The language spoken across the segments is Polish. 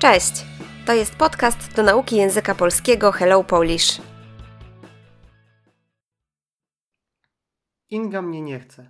Cześć! To jest podcast do nauki języka polskiego Hello Polish. Inga mnie nie chce.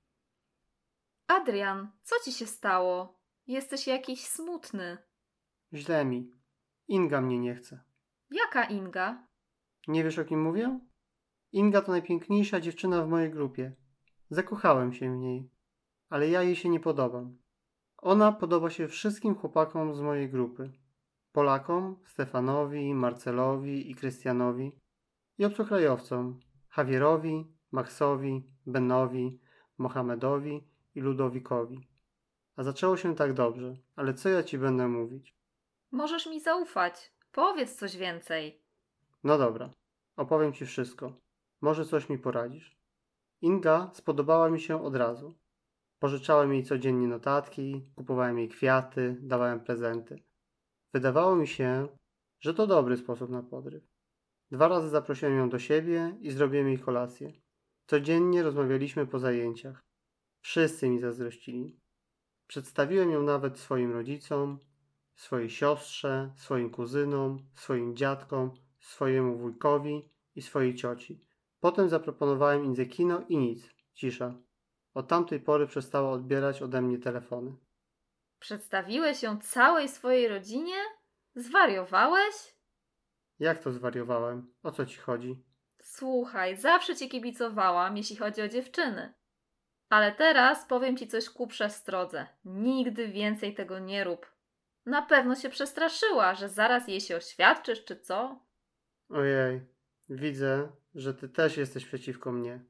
Adrian, co ci się stało? Jesteś jakiś smutny. Źle mi. Inga mnie nie chce. Jaka Inga? Nie wiesz, o kim mówię? Inga to najpiękniejsza dziewczyna w mojej grupie. Zakochałem się w niej, ale ja jej się nie podobam. Ona podoba się wszystkim chłopakom z mojej grupy. Polakom, Stefanowi, Marcelowi i Krystianowi i obcokrajowcom, Javierowi, Maxowi, Benowi, Mohamedowi i Ludowikowi. A zaczęło się tak dobrze, ale co ja ci będę mówić? Możesz mi zaufać. Powiedz coś więcej. No dobra, opowiem ci wszystko. Może coś mi poradzisz. Inga spodobała mi się od razu. Pożyczałem jej codziennie notatki, kupowałem jej kwiaty, dawałem prezenty. Wydawało mi się, że to dobry sposób na podryw. 2 razy zaprosiłem ją do siebie i zrobiłem jej kolację. Codziennie rozmawialiśmy po zajęciach. Wszyscy mi zazdrościli. Przedstawiłem ją nawet swoim rodzicom, swojej siostrze, swoim kuzynom, swoim dziadkom, swojemu wujkowi i swojej cioci. Potem zaproponowałem Indze kino i nic, cisza. Od tamtej pory przestała odbierać ode mnie telefony. Przedstawiłeś ją całej swojej rodzinie? Zwariowałeś? Jak to zwariowałem? O co ci chodzi? Słuchaj, zawsze ci kibicowałam, jeśli chodzi o dziewczyny. Ale teraz powiem ci coś ku przestrodze. Nigdy więcej tego nie rób. Na pewno się przestraszyła, że zaraz jej się oświadczysz, czy co? Ojej, widzę, że ty też jesteś przeciwko mnie.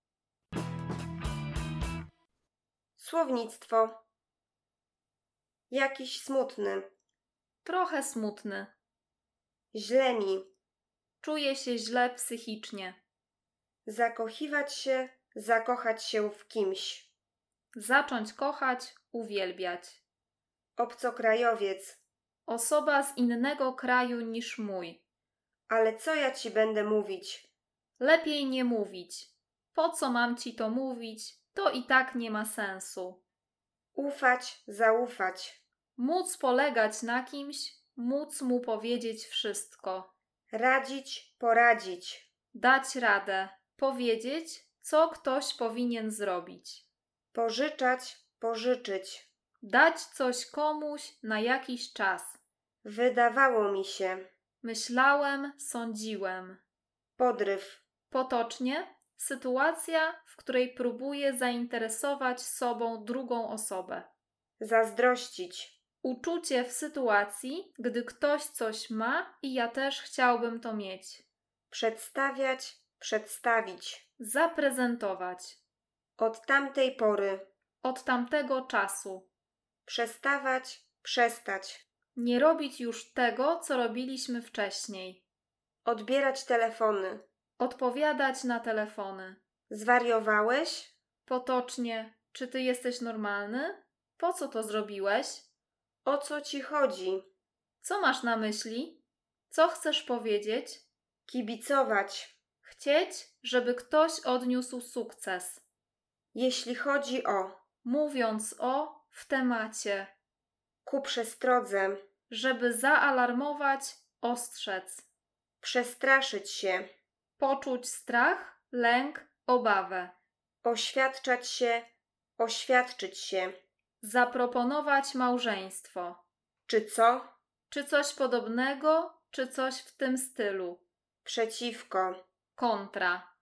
Słownictwo. Jakiś smutny. Trochę smutny. Źle mi. Czuję się źle psychicznie. Zakochiwać się, zakochać się w kimś. Zacząć kochać, uwielbiać. Obcokrajowiec. Osoba z innego kraju niż mój. Ale co ja ci będę mówić? Lepiej nie mówić. Po co mam ci to mówić? To i tak nie ma sensu. Ufać, zaufać. Móc polegać na kimś, móc mu powiedzieć wszystko. Radzić, poradzić. Dać radę, powiedzieć, co ktoś powinien zrobić. Pożyczać, pożyczyć. Dać coś komuś na jakiś czas. Wydawało mi się. Myślałem, sądziłem. Podryw. Potocznie sytuacja, w której próbuję zainteresować sobą drugą osobę. Zazdrościć. Uczucie w sytuacji, gdy ktoś coś ma i ja też chciałbym to mieć. Przedstawiać, przedstawić. Zaprezentować. Od tamtej pory. Od tamtego czasu. Przestawać, przestać. Nie robić już tego, co robiliśmy wcześniej. Odbierać telefony. Odpowiadać na telefony. Zwariowałeś? Potocznie, czy ty jesteś normalny? Po co to zrobiłeś? O co ci chodzi? Co masz na myśli? Co chcesz powiedzieć? Kibicować. Chcieć, żeby ktoś odniósł sukces. Jeśli chodzi o. Mówiąc o, w temacie. Ku przestrodze. Żeby zaalarmować, ostrzec. Przestraszyć się. Poczuć strach, lęk, obawę. Oświadczać się, oświadczyć się. Zaproponować małżeństwo. Czy co? Czy coś podobnego, czy coś w tym stylu. Przeciwko. Kontra.